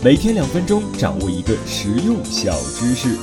每天2分钟，掌握一个实用小知识。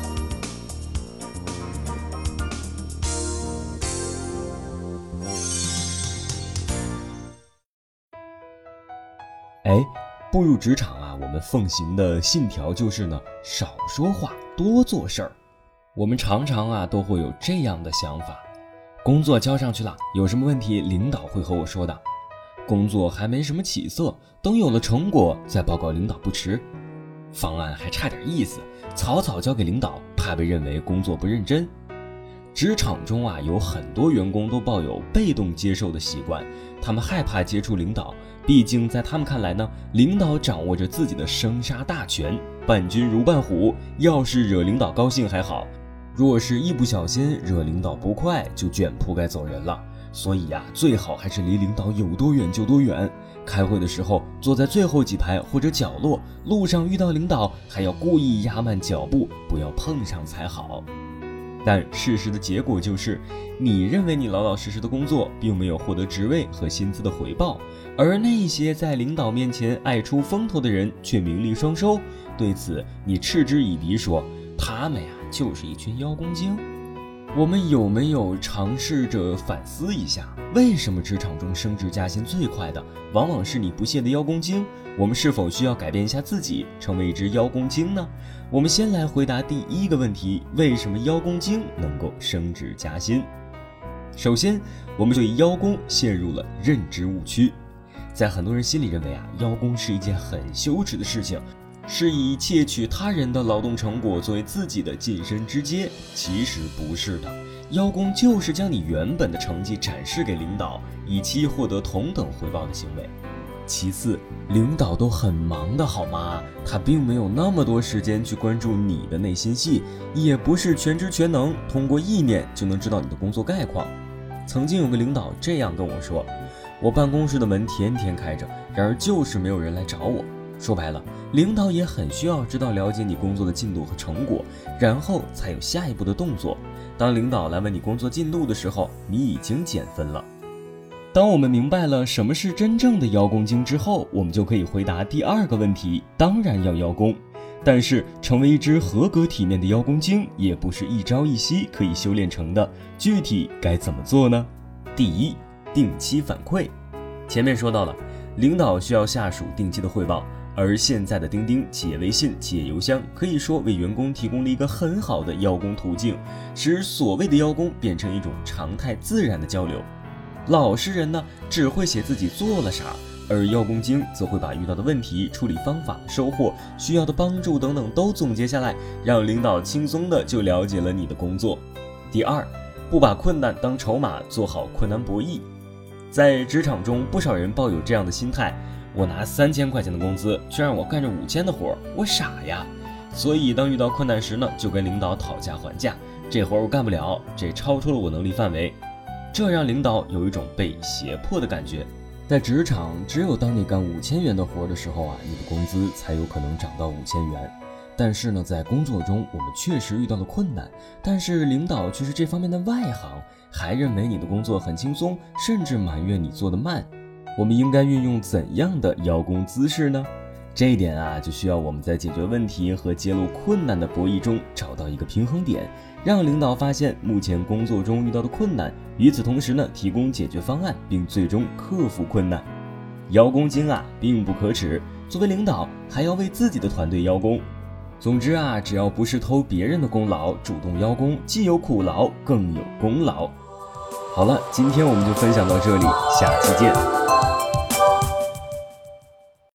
步入职场啊，我们奉行的信条就是呢，少说话，多做事儿。我们常常都会有这样的想法：工作交上去了，有什么问题，领导会和我说的；工作还没什么起色，等有了成果再报告领导不迟；方案还差点意思，草草交给领导，怕被认为工作不认真。职场中有很多员工都抱有被动接受的习惯，他们害怕接触领导，毕竟在他们看来呢，领导掌握着自己的生杀大权，伴君如伴虎，要是惹领导高兴还好，若是一不小心惹领导不快，就卷铺盖走人了。所以最好还是离领导有多远就多远。开会的时候坐在最后几排或者角落，路上遇到领导还要故意压慢脚步，不要碰上才好。但事实的结果就是，你认为你老老实实的工作，并没有获得职位和薪资的回报，而那些在领导面前爱出风头的人却名利双收。对此，你嗤之以鼻说，他们就是一群邀功精。我们有没有尝试着反思一下，为什么职场中升职加薪最快的往往是你不屑的邀功精？我们是否需要改变一下自己，成为一只邀功精呢？我们先来回答第一个问题：为什么邀功精能够升职加薪？首先，我们对邀功陷入了认知误区。在很多人心里认为邀功是一件很羞耻的事情，是以窃取他人的劳动成果作为自己的晋升之阶。其实不是的，邀功就是将你原本的成绩展示给领导，以期获得同等回报的行为。其次，领导都很忙的好吗？他并没有那么多时间去关注你的内心戏，也不是全知全能，通过意念就能知道你的工作概况。曾经有个领导这样跟我说，我办公室的门天天开着，然而就是没有人来找我。说白了，领导也很需要知道了解你工作的进度和成果，然后才有下一步的动作。当领导来问你工作进度的时候，你已经减分了。当我们明白了什么是真正的邀功精之后，我们就可以回答第二个问题，当然要邀功。但是成为一只合格体面的邀功精，也不是一朝一夕可以修炼成的。具体该怎么做呢？第一，定期反馈。前面说到了，领导需要下属定期的汇报，而现在的钉钉、企业微信、企业邮箱可以说为员工提供了一个很好的邀功途径，使所谓的邀功变成一种常态自然的交流。老实人呢，只会写自己做了啥，而邀功精则会把遇到的问题、处理方法、收获、需要的帮助等等都总结下来，让领导轻松的就了解了你的工作。第二，不把困难当筹码，做好困难博弈。在职场中，不少人抱有这样的心态，我拿3000块钱的工资，却让我干着5000的活，我傻呀。所以当遇到困难时呢，就跟领导讨价还价，这活我干不了，这超出了我能力范围，这让领导有一种被胁迫的感觉。在职场，只有当你干5000元的活的时候你的工资才有可能涨到5000元。但是呢，在工作中我们确实遇到了困难，但是领导却是这方面的外行，还认为你的工作很轻松，甚至埋怨你做得慢。我们应该运用怎样的邀功姿势呢？这一点就需要我们在解决问题和揭露困难的博弈中找到一个平衡点，让领导发现目前工作中遇到的困难，与此同时呢，提供解决方案，并最终克服困难。邀功精并不可耻，作为领导还要为自己的团队邀功。总之只要不是偷别人的功劳，主动邀功，既有苦劳更有功劳。好了，今天我们就分享到这里，下期见。